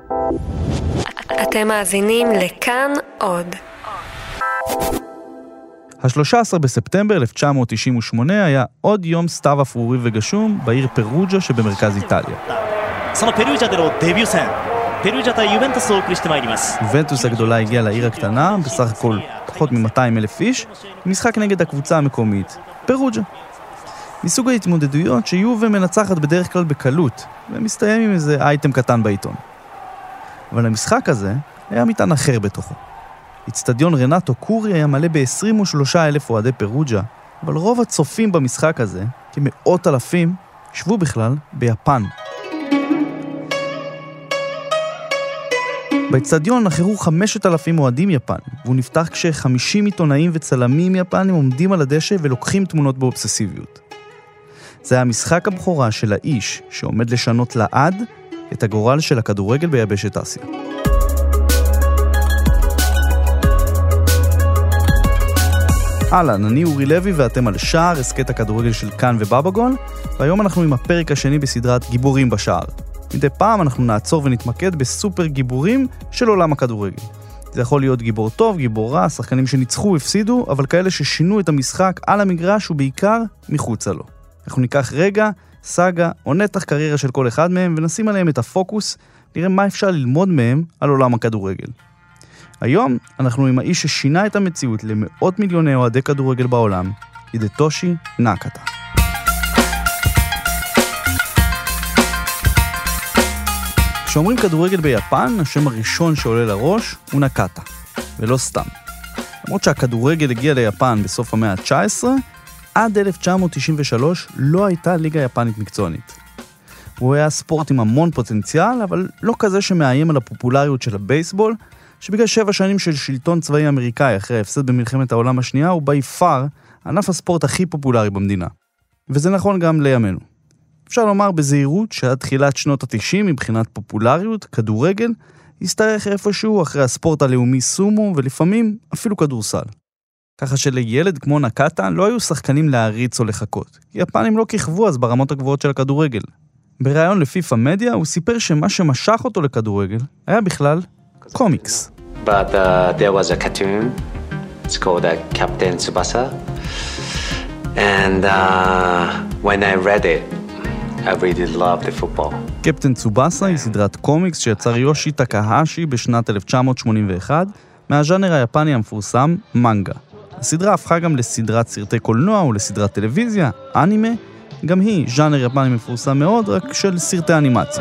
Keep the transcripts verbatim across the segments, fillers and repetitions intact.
אתם מאזינים לכאן עוד. ה-שלושה עשר בספטמבר אלף תשע מאות תשעים ושמונה היה עוד יום סתיו אפרורי וגשום בעיר פרוג'ה שבמרכז איטליה. יובנטוס הגדולה הגיעה לעיר הקטנה, בסך הכל פחות מ-מאתיים אלף איש, משחק נגד הקבוצה המקומית, פרוג'ה. מסוג ההתמודדויות שיובה מנצחת בדרך כלל בקלות, ומסתיים עם איזה אייטם קטן בעיתון. אבל המשחק הזה היה מטען אחר בתוכו. אצטדיון רנטו קורי היה מלא ב-עשרים ושלושה אלף אוהדי פרוג'ה, אבל רוב הצופים במשחק הזה, כמאות אלפים, ישבו בכלל ביפן. באצטדיון נחרו חמשת אלפים אוהדים יפנים, והוא נפתח כש-חמישים עיתונאים וצלמים יפנים עומדים על הדשא ולוקחים תמונות באובססיביות. זה היה משחק הבכורה של האיש שעומד לשנות לעד את הגורל של הכדורגל ביבשת אסיה. אהלן, אני אורי לוי ואתם על שער, הסקט הכדורגל של כאן ובבגול, והיום אנחנו עם הפרק השני בסדרת גיבורים בשער. מדי פעם אנחנו נעצור ונתמקד בסופר גיבורים של עולם הכדורגל. זה יכול להיות גיבור טוב, גיבור רע, שחקנים שניצחו, הפסידו, אבל כאלה ששינו את המשחק על המגרש ובעיקר מחוצה לו. אנחנו ניקח רגע, סאגה או נתח קריירה של כל אחד מהם ונשים עליהם את הפוקוס, נראה מה אפשר ללמוד מהם על עולם הכדורגל. היום אנחנו עם האיש ששינה את המציאות למאות מיליוני אוהדי כדורגל בעולם, הידטושי נקאטה. כשאומרים כדורגל ביפן, השם הראשון שעולה לראש הוא נקאטה, ולא סתם. למרות שהכדורגל הגיע ליפן בסוף המאה ה-תשע עשרה, עד אלף תשע מאות תשעים ושלוש לא הייתה ליגה יפנית מקצוענית. הוא היה ספורט עם המון פוטנציאל, אבל לא כזה שמאיים על הפופולריות של הבייסבול, שבגלל שבע שנים של שלטון צבאי אמריקאי אחרי ההפסד במלחמת העולם השנייה, הוא בי פאר ענף הספורט הכי פופולרי במדינה. וזה נכון גם לימינו. אפשר לומר בזהירות שעד תחילת שנות ה-תשעים מבחינת פופולריות, כדורגל, הסתרך איפשהו אחרי הספורט הלאומי סומו ולפעמים אפילו כדורסל. ככה שלילד כמו נקאטה לא היו שחקנים להריץ או לחכות. יפנים לא כיכבו אז ברמות הגבוהות של הכדורגל. בראיון לפיפה מדיה הוא סיפר שמה שמשך אותו לכדורגל היה בכלל קומיקס. But uh, there was a cartoon. It's called uh, Captain Tsubasa. And uh, when I read it, I really loved the football. קפטן צובאסה היא סדרת קומיקס שיצר יושי טקהאשי בשנת אלף תשע מאות שמונים ואחת מהז'אנר היפני המפורסם מנגה. הסדרה הפכה גם לסדרת סרטי קולנוע ולסדרת טלוויזיה, אנימה, גם היא ז'אנר יפני מפורסם מאוד, רק של סרטי אנימציה.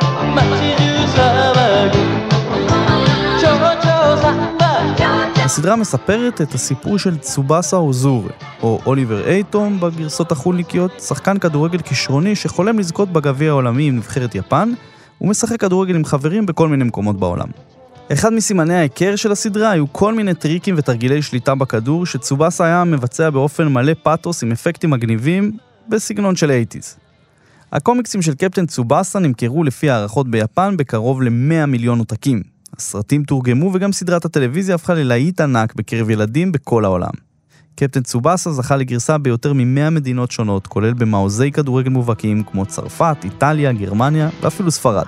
הסדרה מספרת את הסיפור של צובאסה אוזורי, או אוליבר אייטום בגרסות החולניקיות, שחקן כדורגל כישרוני שחולם לזכות בגביע העולמי עם נבחרת יפן, ומשחק כדורגל עם חברים בכל מיני מקומות בעולם. אחד מסימני ההיכר של הסדרה היו כל מיני טריקים ותרגילי שליטה בכדור שצובאסה היה מבצע באופן מלא פאטוס עם אפקטים מגניבים בסגנון של שמונים. הקומיקסים של קפטן צובאסה נמכרו לפי הערכות ביפן בקרוב ל-מאה מיליון עותקים. הסרטים תורגמו וגם סדרת הטלוויזיה הפכה ללהיט ענק בקרב ילדים בכל העולם. קפטן צובאסה זכה לגרסה ביותר מ-מאה מדינות שונות, כולל במעוזי כדורגל מובהקים כמו צרפת, איטליה, גרמניה ואפילו ספרד.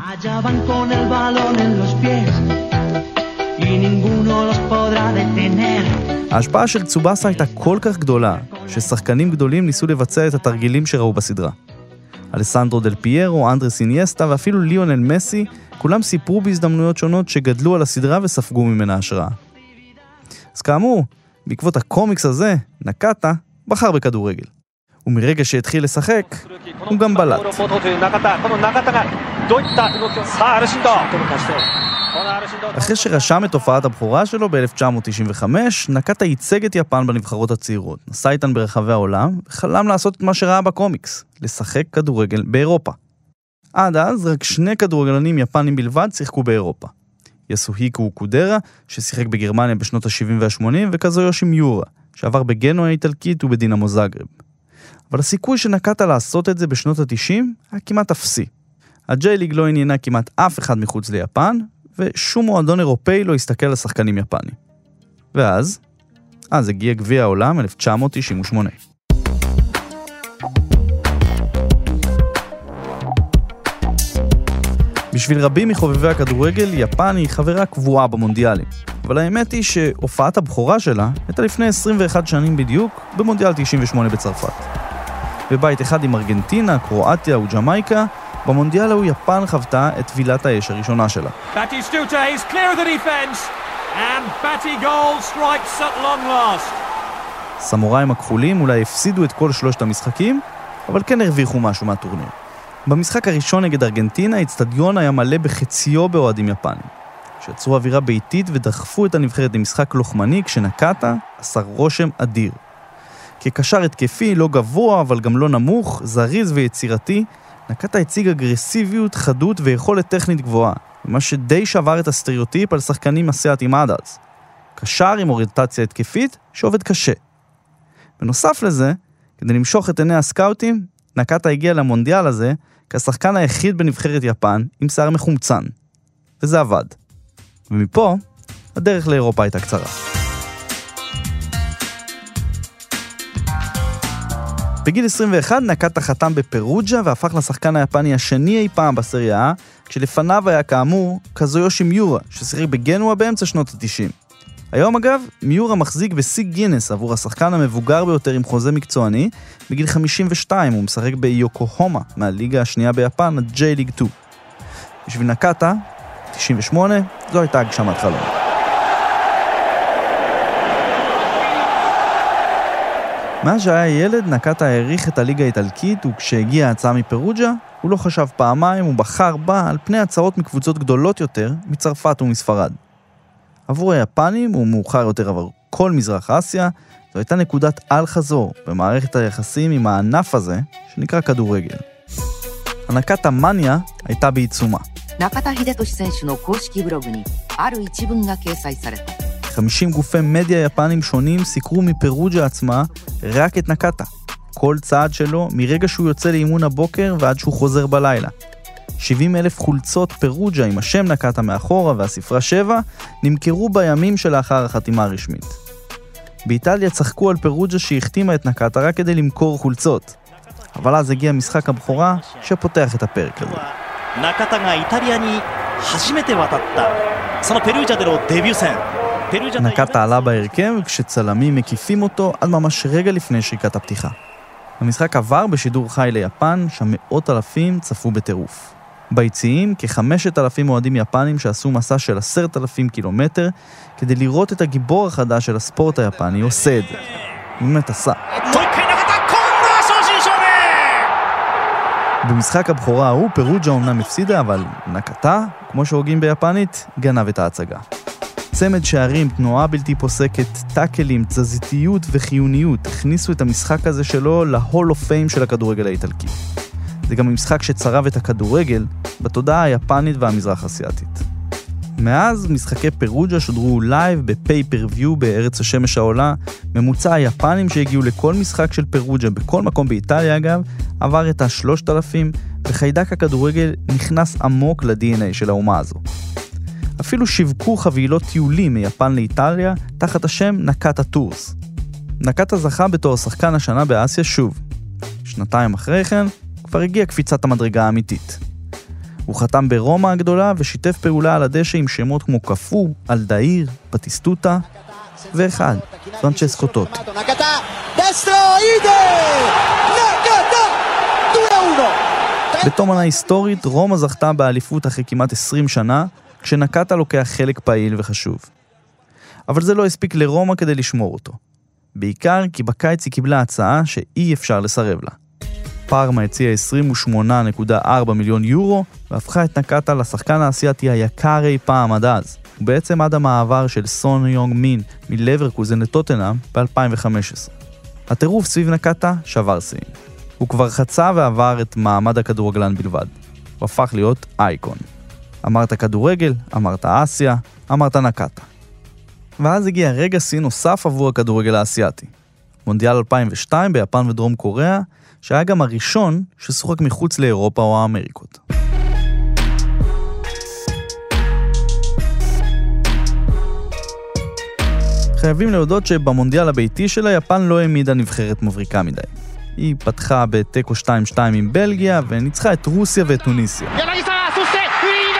ההשפעה של צובאסה הייתה כל כך גדולה, ששחקנים גדולים ניסו לבצע את התרגילים שראו בסדרה. אלסנדרו דל פיירו, אנדרס אינייסטה ואפילו ליונל מסי, כולם סיפרו בהזדמנויות שונות שגדלו על הסדרה וספגו ממנה השראה. אז כאמור, בעקבות הקומיקס הזה, נקאטה בחר בכדורגל. ומרגע שהתחיל לשחק, הוא גם בלט. אחרי שרשם את תופעת הבכורה שלו ב-אלף תשע מאות תשעים וחמש, נקאטה ייצג את יפן בנבחרות הצעירות, נסע איתן ברחבי העולם, וחלם לעשות את מה שראה בקומיקס, לשחק כדורגל באירופה. עד אז רק שני כדורגלנים יפנים בלבד שיחקו באירופה. יסוהיקו אוקודרה, ששיחק בגרמניה בשנות ה-שבעים וה-שמונים, וכזויושי מיורה, שעבר בגנואה האיטלקית ובדינמו זאגרב. אבל הסיכוי שנקאטה לעשות את זה בשנות ה-תשעים היה כמעט אפסי. הג'יי ליג לא עניינה כמעט אף אחד מחוץ ליפן, ושום מועדון אירופאי לא הסתכל על שחקנים יפני. ואז, אז הגיע גביע העולם אלף תשע מאות תשעים ושמונה. בשביל רבים מחובבי הכדורגל, יפן היא חברה קבועה במונדיאלים. אבל האמת היא שהופעת הבכורה שלה הייתה לפני עשרים ואחת שנים בדיוק, במונדיאל תשעים ושמונה בצרפת. בבית אחד עם ארגנטינה, קרואטיה וג'מייקה, במונדיאל ההוא יפן חוותה את טבילת האש הראשונה שלה. Batistuta is clear of the defense and Bati goal strikes at long last. סמוראים הכחולים אולי הפסידו את כל שלושת המשחקים, אבל כן הרוויחו משהו מהטורניר. במשחק הראשון נגד ארגנטינה, האצטדיון היה מלא בחציו באוהדים יפנים, שיצרו אווירה ביתית ודחפו את הנבחרת למשחק לוחמני, כשנקטה עשה רושם אדיר. כקשר התקפי, לא גבוה אבל גם לא נמוך, זריז ויצירתי, נקטה הציג אגרסיביות, חדות ויכולת טכנית גבוהה, מה שדי שבר את הסטריאוטיפ על שחקנים אסיאתיים עד אז. קשר עם אוריינטציה התקפית שעובד קשה. בנוסף לזה, כדי למשוך את עיני הסקאוטים, נקטה הגיע למונדיאל הזה כשחקן היחיד בנבחרת יפן עם שיער מחומצן. וזה עבד. ומפה, הדרך לאירופה הייתה קצרה. בגיל עשרים ואחת נקטה חתם בפרוג'ה והפך לשחקן היפני השני אי פעם בסריה, כשלפניו היה כאמור קזויושי מיורה, ששיחק בגנואה באמצע שנות ה-תשעים. היום אגב, מיורה מחזיק בשיא גינס עבור השחקן המבוגר ביותר עם חוזה מקצועני, בגיל חמישים ושתיים הוא משחק ביוקוהומה, מהליגה השנייה ביפן, הג'יי ליג שתיים. בשביל נקטה, תשעים ושמונה, זו הייתה הגשמת חלום. מאז שהיה ילד, נקטה העריך את הליגה האיטלקית, וכשהגיעה ההצעה מפרוג'ה, הוא לא חשב פעמיים, הוא בחר בה על פני הצעות מקבוצות גדולות יותר, מצרפת ומספרד. עבור היפנים, ומאוחר יותר עבור כל מזרח אסיה, זו הייתה נקודת על חזור במערכת היחסים עם הענף הזה, שנקרא כדורגל. הנקטה מניה הייתה בעיצומה. נקטה הידטושי סנשו נו קושקי בלוג ני ארו איציבון גה קייסאי סרטה. חמישים גופי מדיה יפנים שונים סיקרו מפרוג'ה עצמה רק את נקטה. כל צעד שלו מרגע שהוא יוצא לאימון הבוקר ועד שהוא חוזר בלילה. שבעים אלף חולצות פרוג'ה עם השם נקטה מאחורה והספרה שבע נמכרו בימים שלאחר החתימה הרשמית. באיטליה צחקו על פרוג'ה שהחתימה את נקטה רק כדי למכור חולצות. אבל אז הגיע משחק הבכורה שפותח את הפרק הזה. נקטהがイタリアに初めて渡ったそのペルージャでのデビュー戦。 נקטה עלה בהרכב כשצלמים מקיפים אותו עד ממש רגע לפני שריקת הפתיחה. המשחק עבר בשידור חי ליפן, שמאות אלפים צפו בטירוף. ביציעים כ-חמשת אלפים אוהדים יפנים שעשו מסע של עשרת אלפים קילומטר כדי לראות את הגיבור החדש של הספורט היפני עושה את זה. הוא באמת עשה. במשחק הבכורה ההוא פרוג'ה אומנם הפסידה, אבל נקטה, כמו שהוגים ביפנית, גנב את ההצגה. צמד שערים, תנועה בלתי פוסקת, טאקלים, תזזיתיות וחיוניות הכניסו את המשחק הזה שלו להול אוף פיים של הכדורגל האיטלקי. זה גם משחק שצרב את הכדורגל בתודעה היפנית והמזרח אסיאתית. מאז משחקי פרוג'ה שודרו לייב בפייפר-ויו בארץ השמש העולה. ממוצע היפנים שהגיעו לכל משחק של פרוג'ה בכל מקום באיטליה אגב עבר את ה-שלושת אלפים, וחיידק הכדורגל נכנס עמוק ל-די אן איי של האומה הזו. אפילו שיווקו חבילות טיולים מיפן לאיטליה תחת השם נקטה טורס. נקטה זכה בתור שחקן השנה באסיה שוב. שנתיים אחרי כן כבר הגיעה קפיצת המדרגה האמיתית. הוא חתם ברומא הגדולה ושיתף פעולה על הדשא עם שמות כמו קפו, אלדאיר, בטיסטוטה ואחד, פרנצ'סקו טוטי. בתום עונה היסטורית, רומא זכתה באליפות אחרי כמעט עשרים שנה, כשנקטה לוקח חלק פעיל וחשוב. אבל זה לא הספיק לרומא כדי לשמור אותו. בעיקר כי בקיץ היא קיבלה הצעה שאי אפשר לסרב לה. פארמה הציעה עשרים ושמונה נקודה ארבע מיליון יורו, והפכה את נקטה לשחקן האסייתי היקר אי פעם עד אז, ובעצם עד המעבר של סון יונג מין מלברקוזן לטוטנהאם ב-אלפיים וחמש עשרה. הטירוף סביב נקטה שבר שיאים. הוא כבר חצה ועבר את מעמד הכדורגלן בלבד. הוא הפך להיות אייקון. אמרת כדורגל, אמרת אסיה, אמרת נקטה. ואז הגיע רגע שיא נוסף עבור הכדורגל האסייתי. מונדיאל אלפיים ושתיים ביפן ודרום קוריאה, שהיה גם הראשון ששוחק מחוץ לאירופה או האמריקות. חייבים להודות שבמונדיאל הביתי שלה יפן לא העמידה נבחרת מבריקה מדי. היא פתחה בטקו שתיים שתיים עם בלגיה וניצחה את רוסיה ואת טוניסיה.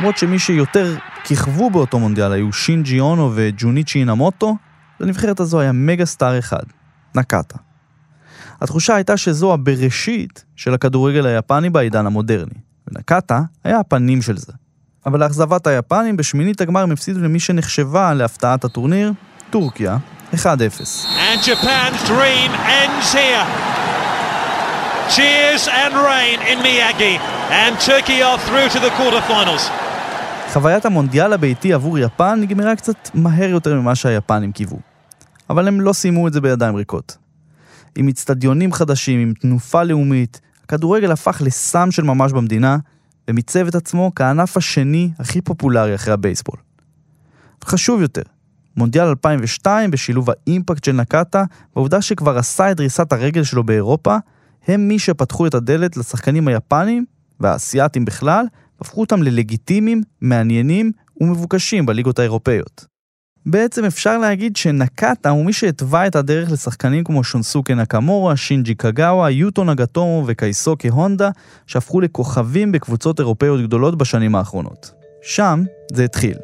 למרות שמי שיותר כיכבו באותו מונדיאל היו שינג'י אונו וג'וניצ'י אינמוטו, לנבחרת הזו היה מגה סטאר אחד, נקאטה. התחושה הייתה שזו הבראשית של הכדורגל היפני בעידן המודרני, ונקאטה היה הפנים של זה. אבל לאכזבת היפנים, בשמינית הגמר הם הפסידו למי שנחשבה להפתעת הטורניר, טורקיה, אחד אפס. And Japan's dream ends here. Cheers and rain in Miyagi, and Turkey are through to the quarterfinals. חוויית המונדיאל הביתי עבור יפן נגמרה קצת מהר יותר ממה שהיפנים קיוו. אבל הם לא סיימו את זה בידיים ריקות. עם אצטדיונים חדשים, עם תנופה לאומית, הכדורגל הפך לסם של ממש במדינה, ומיצב את עצמו כענף השני הכי פופולרי אחרי הבייסבול. וחשוב יותר, מונדיאל אלפיים ושתיים בשילוב האימפקט של נקאטה, והעובדה שכבר עשה את דריסת הרגל שלו באירופה, הם מי שפתחו את הדלת לשחקנים היפנים והאסייתים בכלל, והפכו אותם ללגיטימיים, מעניינים ומבוקשים בליגות האירופאיות. בעצם אפשר להגיד שנקאטה הוא מי שהטבע את הדרך לשחקנים כמו שונסוקה נקמורה, שינג'י קגאווה, יוטו נגטומו וקייסוקי הונדה, שהפכו לכוכבים בקבוצות אירופאיות גדולות בשנים האחרונות. שם זה התחיל.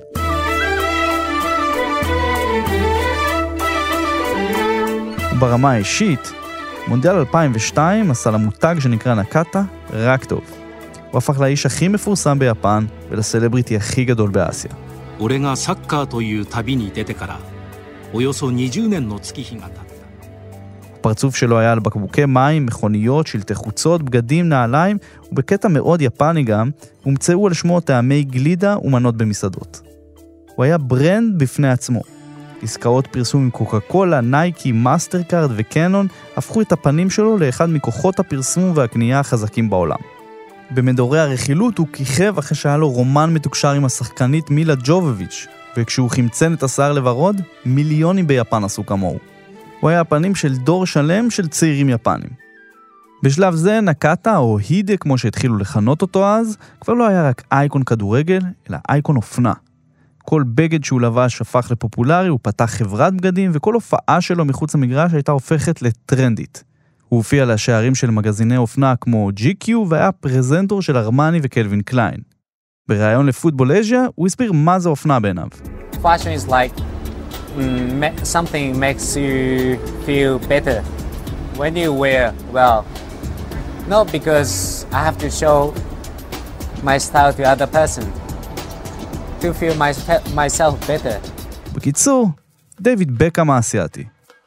ברמה האישית, מונדיאל אלפיים ושתיים עשה למותג שנקרא נקאטה רק טוב. הוא הפך לאיש הכי מפורסם ביפן ולסלבריטי הכי גדול באסיה. 俺がサッカーという旅に出てからおよそにじゅうねんの月日が経った。 הפרצוף שלו היה על בקבוקי מים, מכוניות, שלטי חוצות, בגדים, נעליים, ובקטע מאוד יפני גם, הומצאו על שמו טעמי גלידה ומנות במסעדות. הוא היה ברנד בפני עצמו. עסקאות פרסום עם קוקה קולה, נייקי, מאסטרקארד וקנון הפכו את הפנים שלו לאחד מכוחות הפרסום והקנייה החזקים בעולם. במדורי הרכילות הוא כיכב אחרי שהיה לו רומן מתוקשר עם השחקנית מילה ג'ובוביץ', וכשהוא חמצן את השיער לוורוד, מיליונים ביפן עשו כמוהו. הוא היה הפנים של דור שלם של צעירים יפנים. בשלב זה נקאטה, או הידה כמו שהתחילו לכנות אותו אז, כבר לא היה רק אייקון כדורגל, אלא אייקון אופנה. כל בגד שהוא לבש הפך לפופולרי, הוא פתח חברת בגדים, וכל הופעה שלו מחוץ למגרש הייתה הופכת לטרנדית. הוא הופיע לשערים של מגזיני אופנה כמו ג'י קיו, והיה פרזנטור של ארמני וקלווין קליין. בראיון לפוטבול אזיה, הוא הסביר מה זה אופנה בעיניו. Fashion is like mm, something makes you feel better when you wear well. Not because I have to show my style to other person. To feel my, myself better. בקיצור, דיוויד בקאם האסייתי.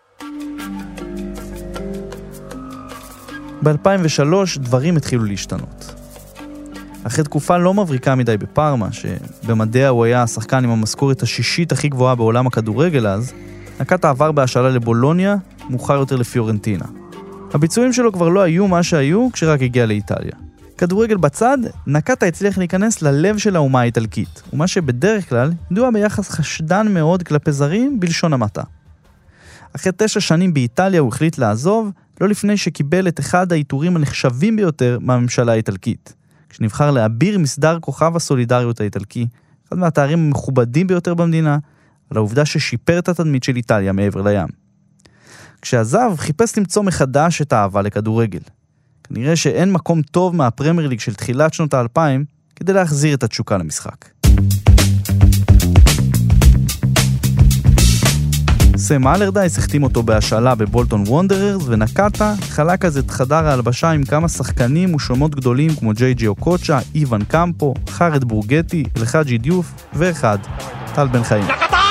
ב-אלפיים ושלוש דברים התחילו להשתנות. אחרי תקופה לא מבריקה מדי בפארמה, שבמדיה הוא היה השחקן עם המשכורת השישית הכי גבוהה בעולם הכדורגל אז, נקאטה עבר בהשאלה לבולוניה, מאוחר יותר לפיורנטינה. הביצועים שלו כבר לא היו מה שהיו כשרק הגיע לאיטליה. כדורגל בצד, נקאטה הצליח להיכנס ללב של האומה האיטלקית, ומה שבדרך כלל ידוע ביחס חשדן מאוד כלפי זרים בלשון המעטה. אחרי תשע שנים באיטליה הוא החליט לעזוב, לא לפני שקיבל את אחד העיטורים הנחשבים ביותר מהממשלה האיטלקית, כשנבחר להביר מסדר כוכב הסולידריות האיטלקי, אחד מהתארים המכובדים ביותר במדינה, על העובדה ששיפר את התדמית של איטליה מעבר לים. כשעזב, חיפש למצוא מחדש את האהבה לכדורגל. כנראה שאין מקום טוב מהפרמייר ליג של תחילת שנות האלפיים כדי להחזיר את התשוקה למשחק. סם אלרדייס החתים אותו בהשאלה בבולטון וונדררס, ונקאטה חלק אז את חדר ההלבשה עם כמה שחקנים ושומות גדולים כמו ג'יי ג'י אוקוצ'ה, איוון קמפו, חרד בורגטי, אלחאג'י דיוף ואחד, טל בן חיים.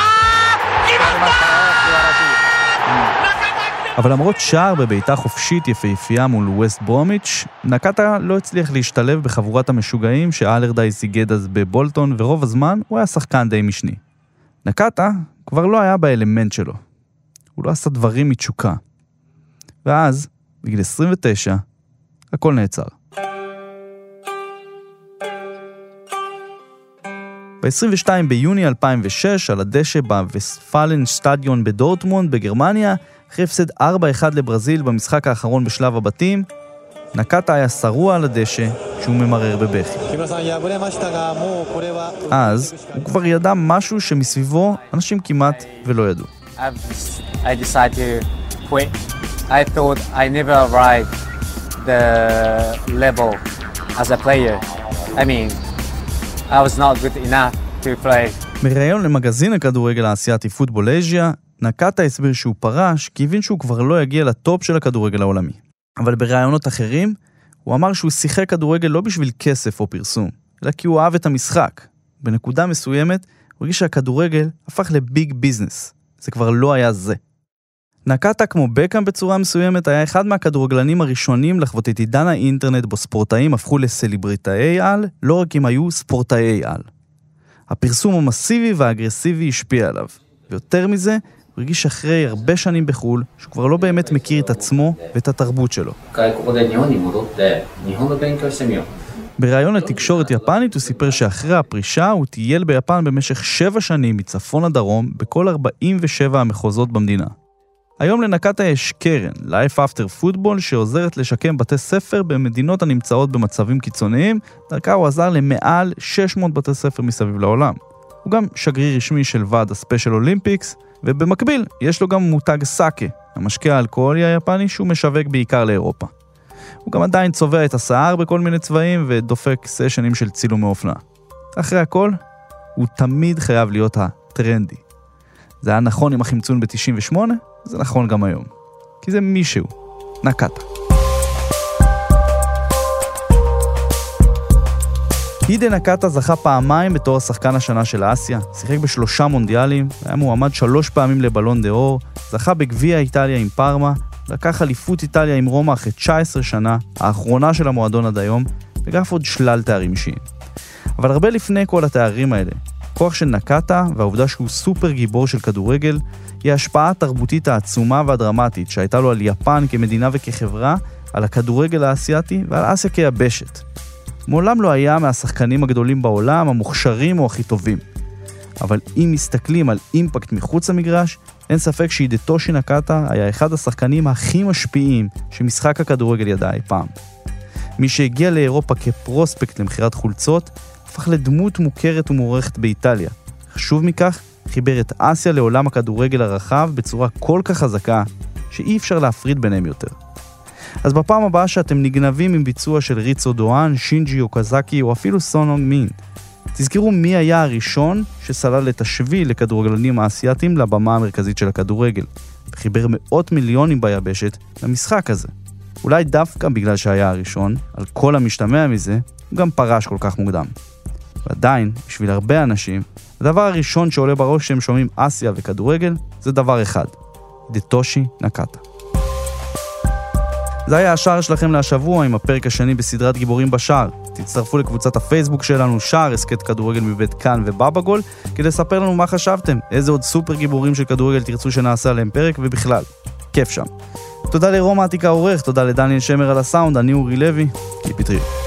אבל למרות שער בביתה חופשית יפהפייה מול ווסט ברומיץ', נקאטה לא הצליח להשתלב בחבורת המשוגעים שאלרדייס היגד אז בבולטון, ורוב הזמן הוא היה שחקן די משני. נקאטה כבר לא היה באלמנט שלו. הוא לא עשה דברים מתשוקה. ואז, בגיל עשרים ותשע, הכל נעצר. ב-עשרים ושניים ביוני אלפיים ושש, על הדשא בווסטפלן סטדיון בדורטמונד בגרמניה, אחרי הפסד ארבע אחד לברזיל במשחק האחרון בשלב הבתים, נקאטה היה שרוע על הדשא שהוא ממרר בבכי. אז הוא כבר ידע משהו שמסביבו אנשים כמעט ולא ידעו. I decided to quit. I thought I never arrived the level as a player. I mean, I was not good enough to play. בראיון למגזין הכדורגל האסייתי פוטבול אז'יה, נקטה הסביר שהוא פרש כי הבין שהוא כבר לא יגיע לטופ של הכדורגל העולמי. אבל בראיונות אחרים, הוא אמר שהוא שיחק כדורגל לא בשביל כסף או פרסום, אלא כי הוא אהב את המשחק. בנקודה מסוימת, הוא הרגיש שהכדורגל הפך לביג ביזנס. זה כבר לא היה זה. נקטה, כמו בקאם בצורה מסוימת, היה אחד מהכדורגלנים הראשונים לחוות את עידן האינטרנט בו ספורטאים הפכו לסלבריטאי על, לא רק אם היו ספורטאי על. הפרסום המסיבי והאגרסיבי השפיע עליו. ויותר מזה, הוא הרגיש אחרי הרבה שנים בחול, שהוא כבר לא באמת מכיר את עצמו ואת התרבות שלו. בראיון לתקשורת יפנית הוא סיפר שאחרי הפרישה הוא טייל ביפן במשך שבע שנים מצפון לדרום בכל ארבעים ושבע המחוזות במדינה. היום לנקטה יש קרן, Life After Football, שעוזרת לשקם בתי ספר במדינות הנמצאות במצבים קיצוניים, דרכה הוא עזר למעל שש מאות בתי ספר מסביב לעולם. הוא גם שגריר רשמי של ועד הספיישל אולימפיקס, ובמקביל יש לו גם מותג סאקה, המשקה האלכוהולי היפני שהוא משווק בעיקר לאירופה. הוא גם עדיין צובע את השיער בכל מיני צבעים ודופק סשנים של צילומי אופנה. אחרי הכל, הוא תמיד חייב להיות הטרנדי. זה היה נכון עם החמצון ב-תשעים ושמונה, זה נכון גם היום. כי זה מישהו, נקטה. הידה נקטה זכה פעמיים בתור השחקן השנה של אסיה, שיחק בשלושה מונדיאלים, היה מועמד שלוש פעמים לבלון דה אור, זכה בגביע איטליה עם פארמה, לקח אליפות איטליה עם רומא אחרי תשע עשרה שנה, האחרונה של המועדון עד היום, וגם עוד שלל תארים אישיים. אבל הרבה לפני כל התארים האלה, כוח של נקטה והעובדה שהוא סופר גיבור של כדורגל, היא ההשפעה התרבותית העצומה והדרמטית שהייתה לו על יפן כמדינה וכחברה, על הכדורגל האסייתי ועל אסיה כיבשת. מעולם לא היה מהשחקנים הגדולים בעולם, המוכשרים או הכי טובים. אבל אם מסתכלים על אימפקט מחוץ למגרש, אין ספק שהידטושי נקטה היה אחד השחקנים הכי משפיעים שמשחק הכדורגל ידע אי פעם. מי שהגיע לאירופה כפרוספקט למחירת חולצות, הפך לדמות מוכרת ומוערכת באיטליה. חשוב מכך, חיבר את אסיה לעולם הכדורגל הרחב בצורה כל כך חזקה, שאי אפשר להפריד ביניהם יותר. אז בפעם הבאה שאתם נגנבים עם ביצוע של ריצו דואן, שינג'י אוקזקי או אפילו סון הונג מין, תזכרו מי היה הראשון שסלל את השביל לכדורגלנים האסייתים לבמה המרכזית של הכדורגל, וחיבר מאות מיליונים ביבשת למשחק הזה. אולי דווקא בגלל שהיה הראשון, על כל המשתמע מזה, הוא גם פרש כל כך מוקדם. ועדיין, בשביל הרבה אנשים, הדבר הראשון שעולה בראש שהם שומעים אסיה וכדורגל, זה דבר אחד, הידטושי נקטה. זה היה השער שלכם להשבוע עם הפרק השני בסדרת גיבורים בשער. תצטרפו לקבוצת הפייסבוק שלנו, שער הסקט כדורגל מבית כאן ובאבא גול, כדי לספר לנו מה חשבתם, איזה עוד סופר גיבורים של כדורגל תרצו שנעשה עליהם פרק, ובכלל, כיף שם. תודה לרום העתיקה עורך, תודה לדניאל שמר על הסאונד, אני אורי לוי, קיפי טריל.